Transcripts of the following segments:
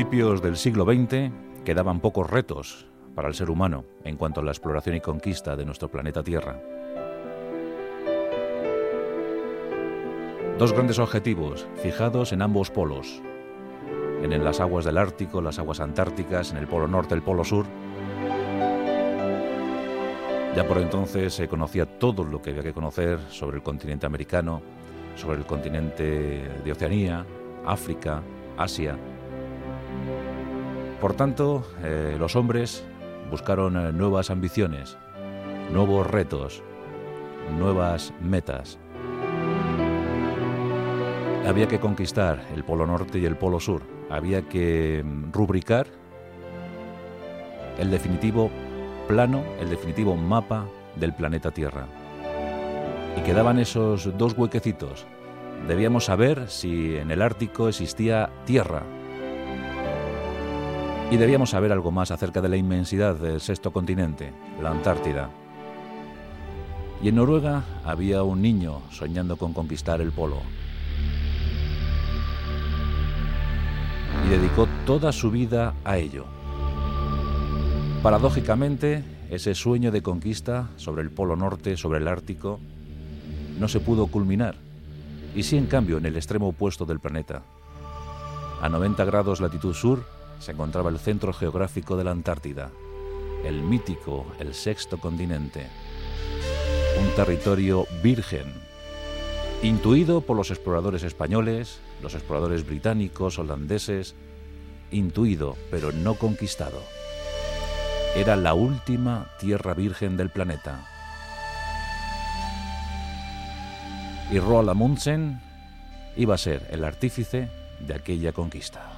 principios del siglo XX quedaban pocos retos para el ser humano en cuanto a la exploración y conquista de nuestro planeta Tierra. Dos grandes objetivos fijados en ambos polos, en las aguas del Ártico, las aguas antárticas, en el Polo Norte, el Polo Sur. Ya por entonces se conocía todo lo que había que conocer sobre el continente americano, sobre el continente de Oceanía, África, Asia. Por tanto, los hombres buscaron nuevas ambiciones, nuevos retos, nuevas metas. Había que conquistar el Polo Norte y el Polo Sur. Había que rubricar el definitivo plano, el definitivo mapa del planeta Tierra. Y quedaban esos dos huequecitos. Debíamos saber si en el Ártico existía tierra. Y debíamos saber algo más acerca de la inmensidad del sexto continente, la Antártida. Y en Noruega había un niño soñando con conquistar el polo. Y dedicó toda su vida a ello. Paradójicamente, ese sueño de conquista sobre el Polo Norte, sobre el Ártico, no se pudo culminar. Y sí, en cambio, en el extremo opuesto del planeta. A 90 grados latitud sur se encontraba el centro geográfico de la Antártida, el mítico, el sexto continente. Un territorio virgen, intuido por los exploradores españoles, los exploradores británicos, holandeses, intuido, pero no conquistado. Era la última tierra virgen del planeta. Y Roald Amundsen iba a ser el artífice de aquella conquista.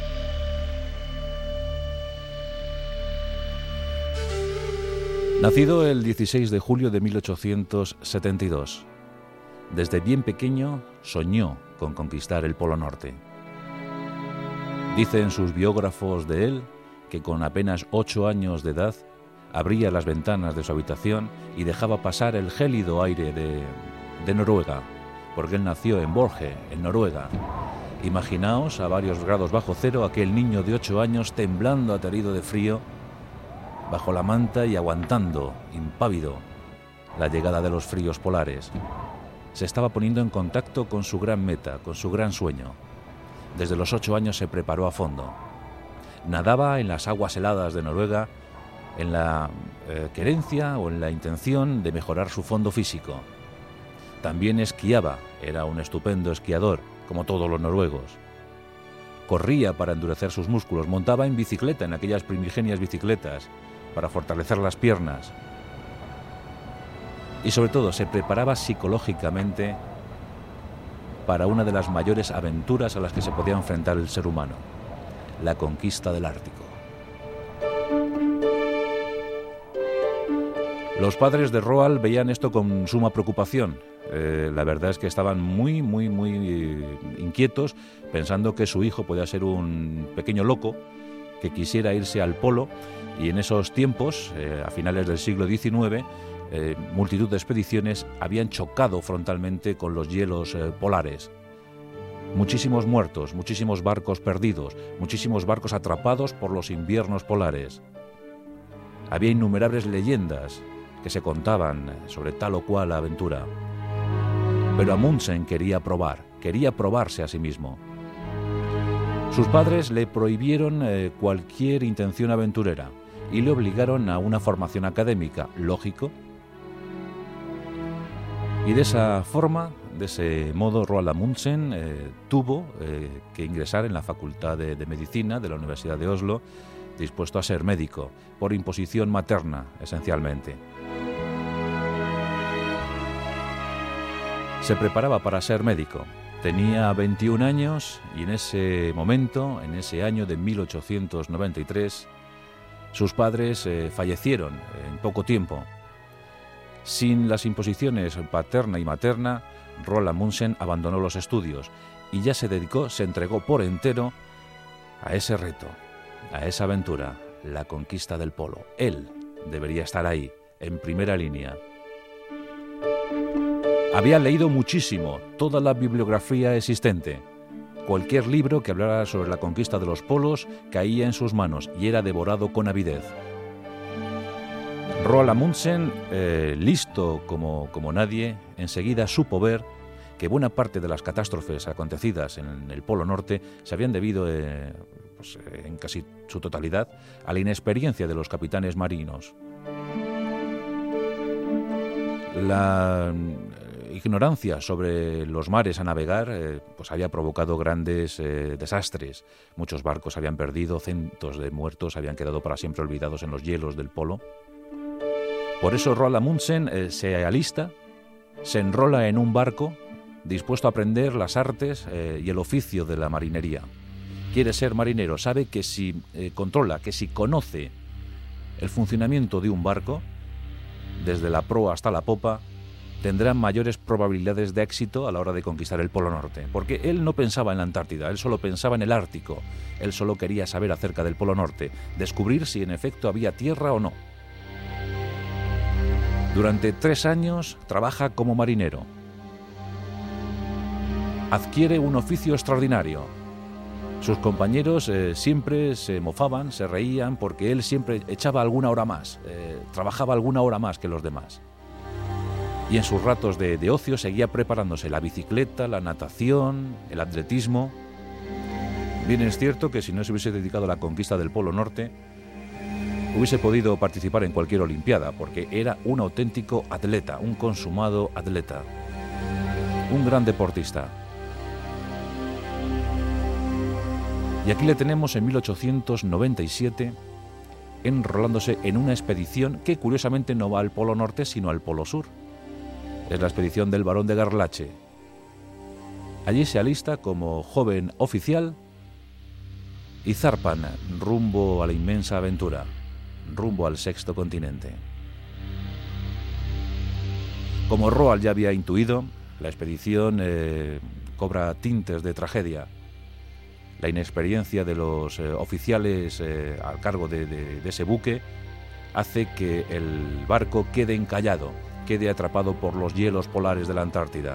Nacido el 16 de julio de 1872, desde bien pequeño soñó con conquistar el Polo Norte. Dicen sus biógrafos de él que con apenas 8 años de edad abría las ventanas de su habitación y dejaba pasar el gélido aire de Noruega, porque él nació en Borge, en Noruega. Imaginaos a varios grados bajo cero aquel niño de 8 años temblando aterido de frío bajo la manta y aguantando, impávido, la llegada de los fríos polares. Se estaba poniendo en contacto con su gran meta, con su gran sueño. Desde los 8 años se preparó a fondo. Nadaba en las aguas heladas de Noruega en la querencia o en la intención de mejorar su fondo físico. También esquiaba, era un estupendo esquiador, como todos los noruegos. Corría para endurecer sus músculos, montaba en bicicleta, en aquellas primigenias bicicletas, para fortalecer las piernas. Y sobre todo se preparaba psicológicamente para una de las mayores aventuras a las que se podía enfrentar el ser humano, la conquista del Ártico. Los padres de Roald veían esto con suma preocupación. La verdad es que estaban muy inquietos, pensando que su hijo podía ser un pequeño loco que quisiera irse al polo, y en esos tiempos, a finales del siglo XIX, multitud de expediciones habían chocado frontalmente con los hielos polares. Muchísimos muertos, muchísimos barcos perdidos, muchísimos barcos atrapados por los inviernos polares. Había innumerables leyendas que se contaban sobre tal o cual aventura. Pero Amundsen quería probarse a sí mismo. Sus padres le prohibieron cualquier intención aventurera y le obligaron a una formación académica, lógico. Y de esa forma, de ese modo, Roald Amundsen tuvo que ingresar en la Facultad de Medicina de la Universidad de Oslo, dispuesto a ser médico, por imposición materna, esencialmente. Se preparaba para ser médico. Tenía 21 años y en ese momento, en ese año de 1893, sus padres fallecieron en poco tiempo. Sin las imposiciones paterna y materna, Roald Amundsen abandonó los estudios y ya se entregó por entero a ese reto, a esa aventura, la conquista del polo. Él debería estar ahí, en primera línea. Había leído muchísimo, toda la bibliografía existente. Cualquier libro que hablara sobre la conquista de los polos caía en sus manos y era devorado con avidez. Roald Amundsen, listo como nadie, enseguida supo ver que buena parte de las catástrofes acontecidas en el Polo Norte se habían debido, en casi su totalidad, a la inexperiencia de los capitanes marinos. La ignorancia sobre los mares a navegar había provocado grandes desastres. Muchos barcos habían perdido, cientos de muertos habían quedado para siempre olvidados en los hielos del polo. Por eso Roald Amundsen se alista, se enrola en un barco dispuesto a aprender las artes y el oficio de la marinería. Quiere ser marinero, sabe que si conoce el funcionamiento de un barco, desde la proa hasta la popa, tendrá mayores probabilidades de éxito a la hora de conquistar el Polo Norte. Porque él no pensaba en la Antártida, él solo pensaba en el Ártico. Él solo quería saber acerca del Polo Norte, descubrir si en efecto había tierra o no. Durante 3 años trabaja como marinero. Adquiere un oficio extraordinario. Sus compañeros siempre se mofaban, se reían, porque él siempre echaba alguna hora más, trabajaba alguna hora más que los demás. Y en sus ratos de ocio seguía preparándose la bicicleta, la natación, el atletismo. Bien es cierto que si no se hubiese dedicado a la conquista del Polo Norte, hubiese podido participar en cualquier olimpiada, porque era un auténtico atleta, un consumado atleta, un gran deportista. Y aquí le tenemos en 1897 enrolándose en una expedición que curiosamente no va al Polo Norte sino al Polo Sur. Es la expedición del Barón de Gerlache. Allí se alista como joven oficial y zarpan rumbo a la inmensa aventura, rumbo al sexto continente. Como Roald ya había intuido, la expedición cobra tintes de tragedia. La inexperiencia de los oficiales al cargo de ese buque hace que el barco quede encallado, quede atrapado por los hielos polares de la Antártida.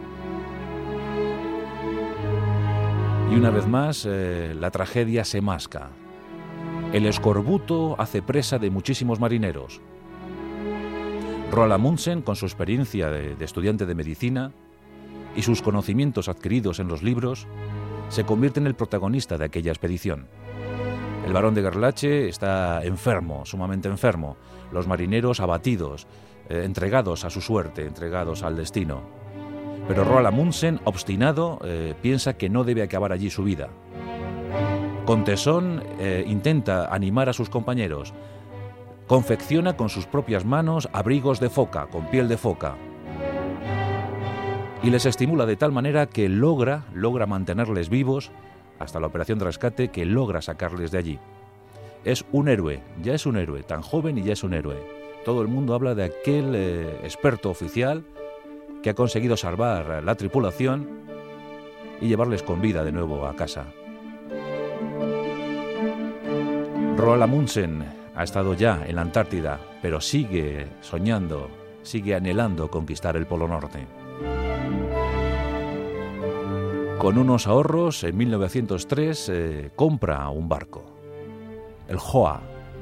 Y una vez más, la tragedia se masca. El escorbuto hace presa de muchísimos marineros. Roald Amundsen, con su experiencia de estudiante de medicina y sus conocimientos adquiridos en los libros, se convierte en el protagonista de aquella expedición. El Barón de Gerlache está enfermo, sumamente enfermo. Los marineros abatidos, entregados a su suerte, entregados al destino. Pero Roald Amundsen, obstinado, piensa que no debe acabar allí su vida. Con tesón intenta animar a sus compañeros. Confecciona con sus propias manos abrigos de foca, con piel de foca. Y les estimula de tal manera que logra mantenerles vivos hasta la operación de rescate, que logra sacarles de allí. Es un héroe, ya es un héroe, tan joven y ya es un héroe. Todo el mundo habla de aquel experto oficial que ha conseguido salvar la tripulación y llevarles con vida de nuevo a casa. Roald Amundsen ha estado ya en la Antártida, pero sigue soñando, sigue anhelando conquistar el Polo Norte. Con unos ahorros, en 1903 compra un barco, el Hoa.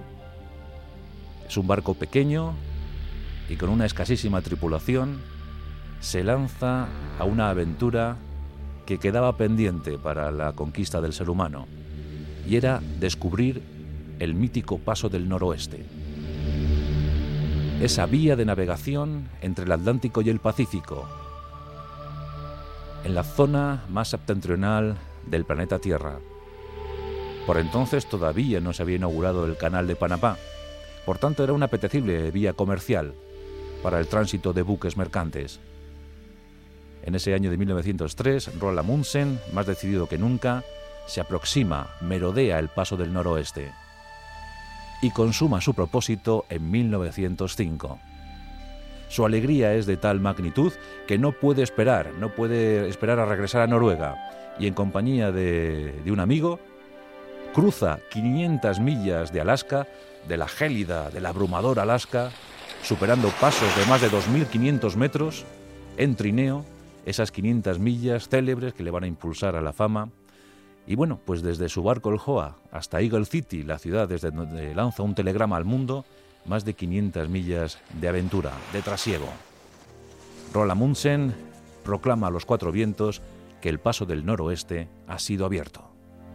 Es un barco pequeño y con una escasísima tripulación se lanza a una aventura que quedaba pendiente para la conquista del ser humano, y era descubrir el mítico Paso del Noroeste. Esa vía de navegación entre el Atlántico y el Pacífico, en la zona más septentrional del planeta Tierra. Por entonces todavía no se había inaugurado el Canal de Panamá, por tanto era una apetecible vía comercial para el tránsito de buques mercantes. En ese año de 1903, Roald Amundsen, más decidido que nunca, se aproxima, merodea el Paso del Noroeste y consuma su propósito en 1905. Su alegría es de tal magnitud que no puede esperar a regresar a Noruega, y en compañía de un amigo cruza 500 millas de Alaska, de la gélida, del abrumador Alaska, superando pasos de más de 2.500 metros en trineo, esas 500 millas célebres que le van a impulsar a la fama Y bueno, pues desde su barco el Hoa hasta Eagle City, la ciudad desde donde lanza un telegrama al mundo, más de 500 millas de aventura, de trasiego. Roald Amundsen proclama a los cuatro vientos que el paso del noroeste ha sido abierto.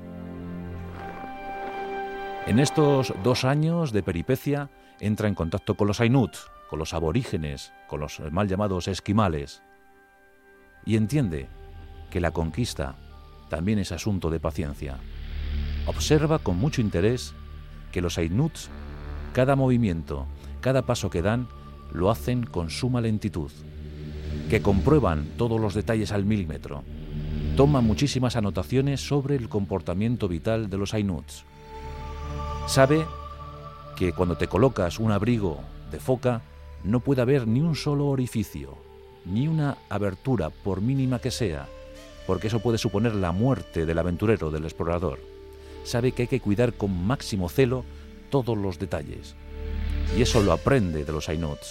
En estos 2 años de peripecia entra en contacto con los Ainuit, con los aborígenes, con los mal llamados esquimales, y entiende que la conquista también es asunto de paciencia. Observa con mucho interés que los Ainuts, cada movimiento, cada paso que dan, lo hacen con suma lentitud, que comprueban todos los detalles al milímetro, toma muchísimas anotaciones sobre el comportamiento vital de los Ainuts. Sabe que cuando te colocas un abrigo de foca no puede haber ni un solo orificio, ni una abertura, por mínima que sea, porque eso puede suponer la muerte del aventurero, del explorador. Sabe que hay que cuidar con máximo celo todos los detalles, y eso lo aprende de los Ainuts.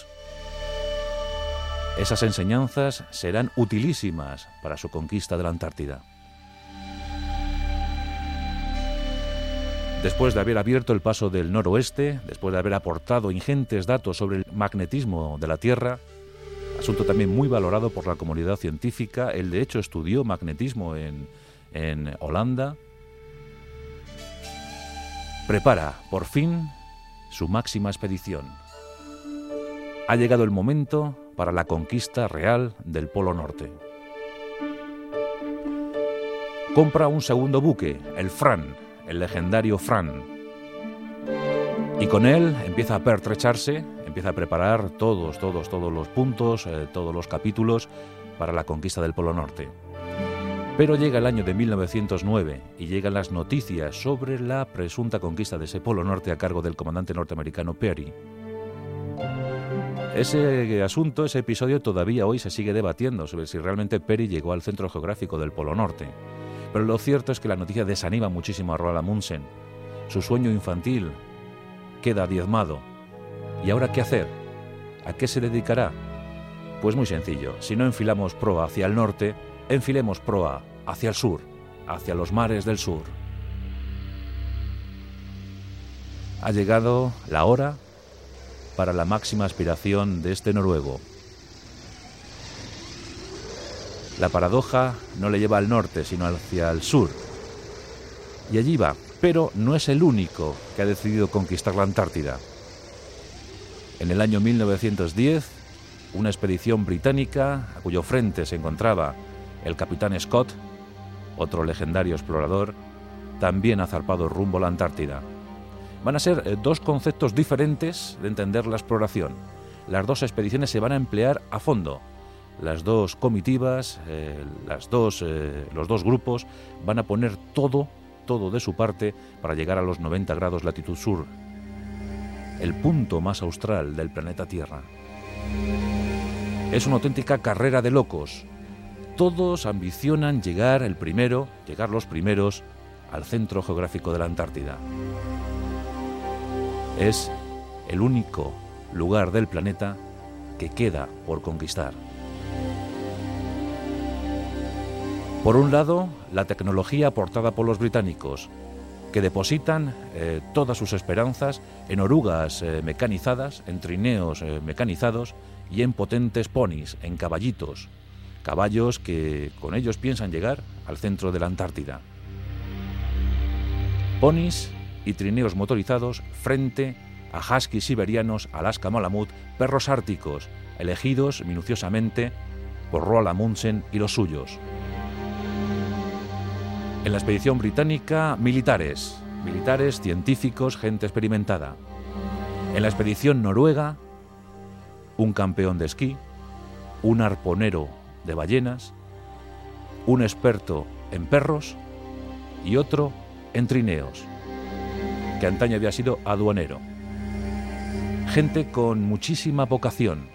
Esas enseñanzas serán utilísimas para su conquista de la Antártida. Después de haber abierto el paso del noroeste, después de haber aportado ingentes datos sobre el magnetismo de la Tierra, asunto también muy valorado por la comunidad científica, él de hecho estudió magnetismo en Holanda, prepara por fin su máxima expedición. Ha llegado el momento para la conquista real del Polo Norte. Compra un segundo buque, el Fram, el legendario Fram, y con él empieza a pertrecharse, empieza a preparar todos los puntos, todos los capítulos para la conquista del Polo Norte. Pero llega el año de 1909 y llegan las noticias sobre la presunta conquista de ese Polo Norte a cargo del comandante norteamericano Peary. Ese asunto, ese episodio todavía hoy se sigue debatiendo sobre si realmente Peary llegó al centro geográfico del Polo Norte. Pero lo cierto es que la noticia desanima muchísimo a Roald Amundsen. Su sueño infantil queda diezmado. ¿Y ahora qué hacer? ¿A qué se dedicará? Pues muy sencillo. Si no enfilamos proa hacia el norte, enfilemos proa hacia el sur, hacia los mares del sur. Ha llegado la hora para la máxima aspiración de este noruego. La paradoja no le lleva al norte, sino hacia el sur. Y allí va, pero no es el único que ha decidido conquistar la Antártida. En el año 1910, una expedición británica, a cuyo frente se encontraba el capitán Scott, otro legendario explorador, también ha zarpado rumbo a la Antártida. Van a ser 2 conceptos diferentes de entender la exploración. Las 2 expediciones se van a emplear a fondo. Las 2 comitivas, los dos grupos van a poner todo de su parte para llegar a los 90 grados latitud sur, el punto más austral del planeta Tierra. Es una auténtica carrera de locos. Todos ambicionan llegar los primeros al centro geográfico de la Antártida. Es el único lugar del planeta que queda por conquistar. Por un lado, la tecnología aportada por los británicos, que depositan todas sus esperanzas en orugas mecanizadas, en trineos mecanizados y en potentes ponis, en caballitos, caballos que con ellos piensan llegar al centro de la Antártida. Ponis y trineos motorizados frente a huskies siberianos, Alaska Malamut, perros árticos, elegidos minuciosamente por Roald Amundsen y los suyos. En la expedición británica, militares, científicos, gente experimentada. En la expedición noruega, un campeón de esquí, un arponero de ballenas, un experto en perros y otro en trineos, que antaño había sido aduanero. Gente con muchísima vocación.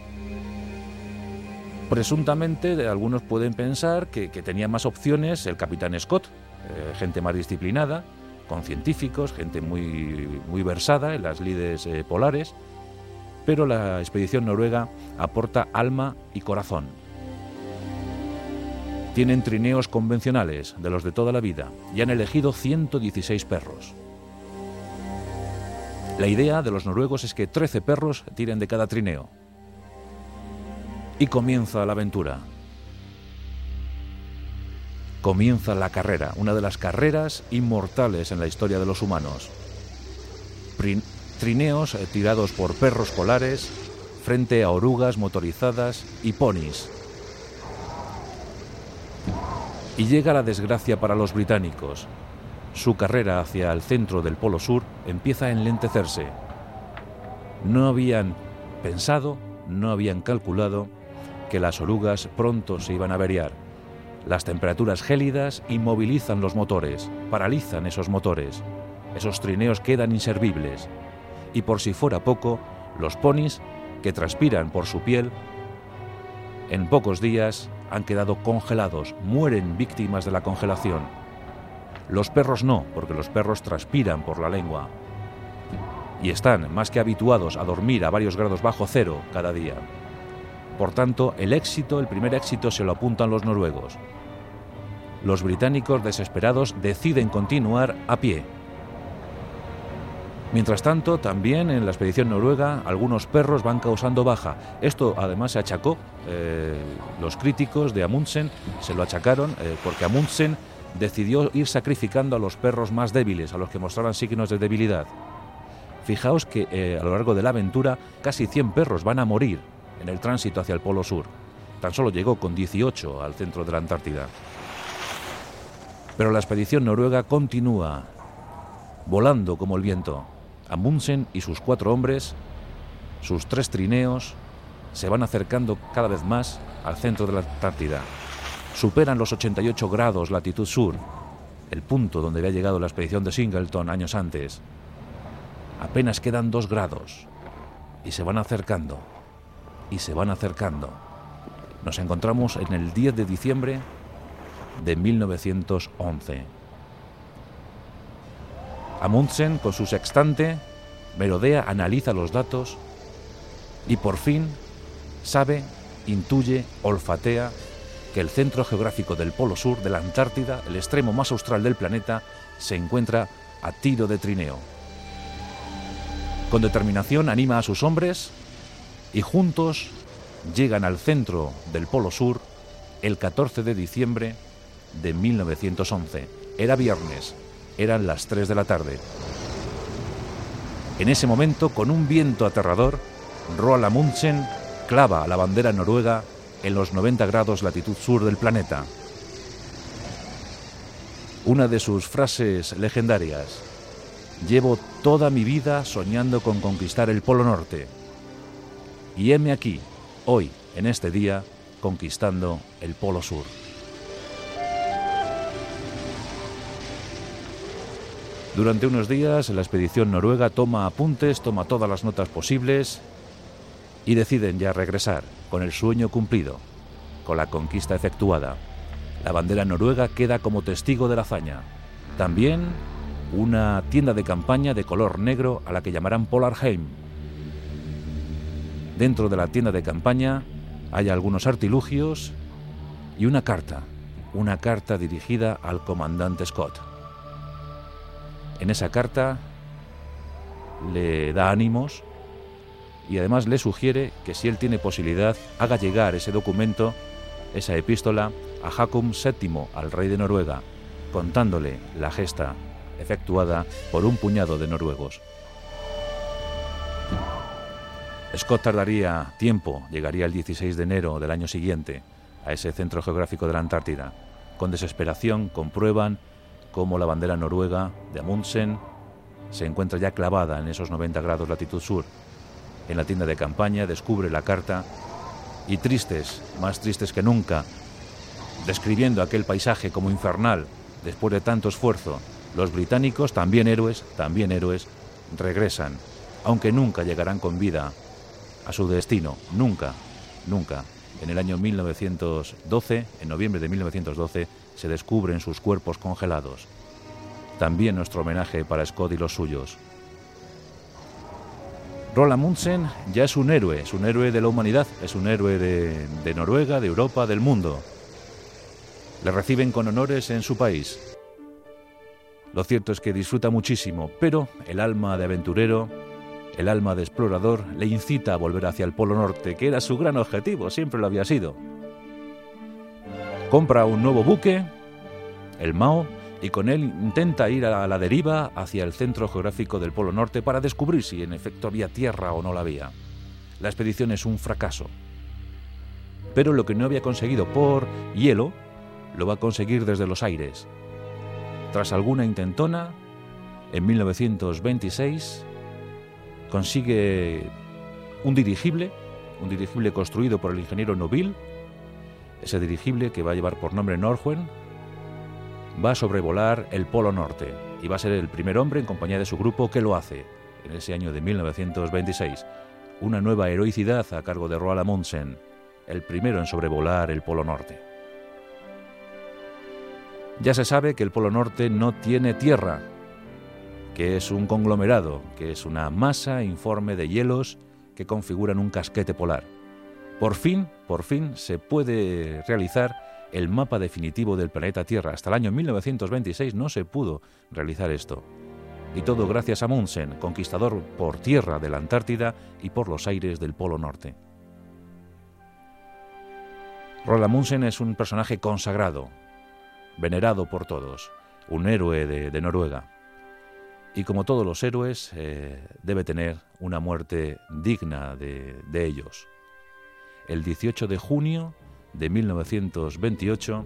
Presuntamente, algunos pueden pensar que tenía más opciones el capitán Scott, gente más disciplinada, con científicos, gente muy versada en las lides polares, pero la expedición noruega aporta alma y corazón. Tienen trineos convencionales, de los de toda la vida, y han elegido 116 perros. La idea de los noruegos es que 13 perros tiren de cada trineo. Y comienza la aventura. Comienza la carrera, una de las carreras inmortales en la historia de los humanos. Trineos tirados por perros polares frente a orugas motorizadas y ponis. Y llega la desgracia para los británicos. Su carrera hacia el centro del Polo Sur empieza a enlentecerse. No habían pensado, no habían calculado que las orugas pronto se iban a averiar. Las temperaturas gélidas inmovilizan los motores, paralizan esos motores. Esos trineos quedan inservibles. Y por si fuera poco, los ponis, que transpiran por su piel, en pocos días han quedado congelados, mueren víctimas de la congelación. Los perros no, porque los perros transpiran por la lengua y están más que habituados a dormir a varios grados bajo cero cada día. Por tanto, el primer éxito se lo apuntan los noruegos. Los británicos, desesperados, deciden continuar a pie. Mientras tanto, también en la expedición noruega, algunos perros van causando baja. Esto además se achacó, los críticos de Amundsen se lo achacaron porque Amundsen decidió ir sacrificando a los perros más débiles, a los que mostraban signos de debilidad. Fijaos que a lo largo de la aventura casi 100 perros van a morir en el tránsito hacia el Polo Sur. Tan solo llegó con 18 al centro de la Antártida. Pero la expedición noruega continúa, volando como el viento. Amundsen y sus 4 hombres, sus 3 trineos, se van acercando cada vez más al centro de la Antártida. Superan los 88 grados latitud sur, el punto donde había llegado la expedición de Singleton años antes. Apenas quedan 2 grados y se van acercando, y se van acercando. Nos encontramos en el 10 de diciembre de 1911. Amundsen, con su sextante, merodea, analiza los datos y por fin sabe, intuye, olfatea que el centro geográfico del Polo Sur, de la Antártida, el extremo más austral del planeta, se encuentra a tiro de trineo. Con determinación anima a sus hombres y juntos llegan al centro del Polo Sur el 14 de diciembre de 1911. Era viernes, eran las 3 de la tarde. En ese momento, con un viento aterrador, Roald Amundsen clava la bandera noruega en los 90 grados latitud sur del planeta. Una de sus frases legendarias: llevo toda mi vida soñando con conquistar el Polo Norte. Y heme aquí, hoy, en este día, conquistando el Polo Sur. Durante unos días, la expedición noruega toma apuntes, toma todas las notas posibles y deciden ya regresar, con el sueño cumplido, con la conquista efectuada. La bandera noruega queda como testigo de la hazaña. También una tienda de campaña de color negro a la que llamarán Polarheim. Dentro de la tienda de campaña hay algunos artilugios y una carta dirigida al comandante Scott. En esa carta le da ánimos y además le sugiere que si él tiene posibilidad haga llegar ese documento, esa epístola, a Haakon VII, al rey de Noruega, contándole la gesta efectuada por un puñado de noruegos. Scott tardaría tiempo, llegaría el 16 de enero del año siguiente a ese centro geográfico de la Antártida. Con desesperación comprueban cómo la bandera noruega de Amundsen se encuentra ya clavada en esos 90 grados latitud sur. En la tienda de campaña descubre la carta y tristes, más tristes que nunca, describiendo aquel paisaje como infernal después de tanto esfuerzo, los británicos, también héroes, regresan, aunque nunca llegarán con vida a su destino, nunca. En el año 1912, en noviembre de 1912, se descubren sus cuerpos congelados. También nuestro homenaje para Scott y los suyos. Roald Amundsen ya es un héroe de la humanidad, es un héroe de Noruega, de Europa, del mundo. Le reciben con honores en su país. Lo cierto es que disfruta muchísimo, pero el alma de aventurero, el alma de explorador, le incita a volver hacia el Polo Norte, que era su gran objetivo, siempre lo había sido. Compra un nuevo buque, el Mao, y con él intenta ir a la deriva hacia el centro geográfico del Polo Norte para descubrir si en efecto había tierra o no la había. La expedición es un fracaso. Pero lo que no había conseguido por hielo, lo va a conseguir desde los aires. Tras alguna intentona, en 1926, consigue un dirigible construido por el ingeniero Neuville. Ese dirigible, que va a llevar por nombre Nordhuen, va a sobrevolar el Polo Norte y va a ser el primer hombre en compañía de su grupo que lo hace en ese año de 1926. Una nueva heroicidad a cargo de Roald Amundsen, el primero en sobrevolar el Polo Norte. Ya se sabe que el Polo Norte no tiene tierra, que es un conglomerado, que es una masa informe de hielos que configuran un casquete polar. Por fin se puede realizar el mapa definitivo del planeta Tierra. Hasta el año 1926 no se pudo realizar esto. Y todo gracias a Amundsen, conquistador por tierra de la Antártida y por los aires del Polo Norte. Roald Amundsen es un personaje consagrado, venerado por todos, un héroe de Noruega. Y como todos los héroes, debe tener una muerte digna de ellos. El 18 de junio de 1928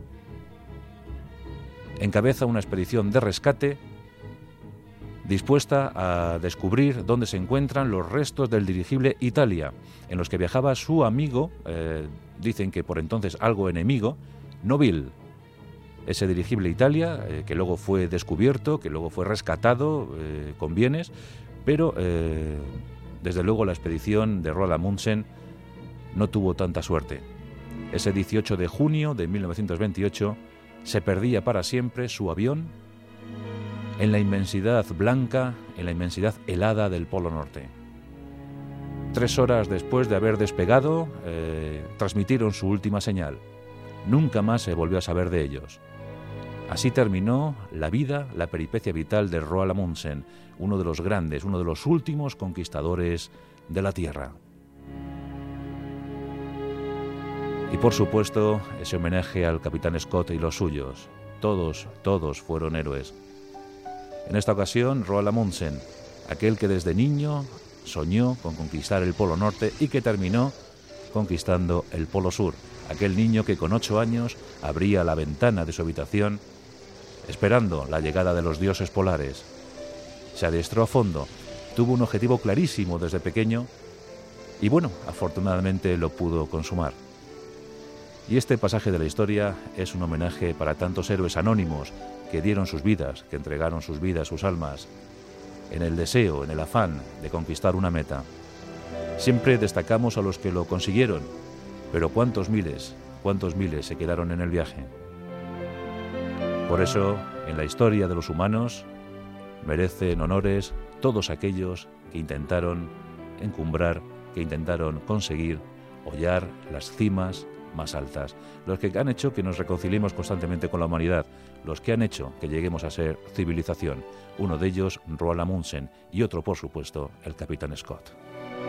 encabeza una expedición de rescate dispuesta a descubrir dónde se encuentran los restos del dirigible Italia, en los que viajaba su amigo, dicen que por entonces algo enemigo, Neuville. Ese dirigible Italia, que luego fue descubierto, que luego fue rescatado con bienes, pero desde luego la expedición de Roald Amundsen no tuvo tanta suerte. Ese 18 de junio de 1928 se perdía para siempre su avión en la inmensidad blanca, en la inmensidad helada del Polo Norte. 3 horas después de haber despegado, transmitieron su última señal. Nunca más se volvió a saber de ellos. Así terminó la vida, la peripecia vital de Roald Amundsen, uno de los grandes, uno de los últimos conquistadores de la Tierra. Y por supuesto, ese homenaje al capitán Scott y los suyos. Todos fueron héroes. En esta ocasión, Roald Amundsen, aquel que desde niño soñó con conquistar el Polo Norte y que terminó conquistando el Polo Sur. Aquel niño que con 8 años abría la ventana de su habitación esperando la llegada de los dioses polares. Se adiestró a fondo, tuvo un objetivo clarísimo desde pequeño y bueno, afortunadamente lo pudo consumar. Y este pasaje de la historia es un homenaje para tantos héroes anónimos que dieron sus vidas, que entregaron sus vidas, sus almas, en el deseo, en el afán de conquistar una meta. Siempre destacamos a los que lo consiguieron, pero cuántos miles se quedaron en el viaje. Por eso, en la historia de los humanos, merecen honores todos aquellos que intentaron encumbrar, que intentaron conseguir hollar las cimas más altas, los que han hecho que nos reconciliemos constantemente con la humanidad, los que han hecho que lleguemos a ser civilización, uno de ellos Roald Amundsen y otro, por supuesto, el capitán Scott.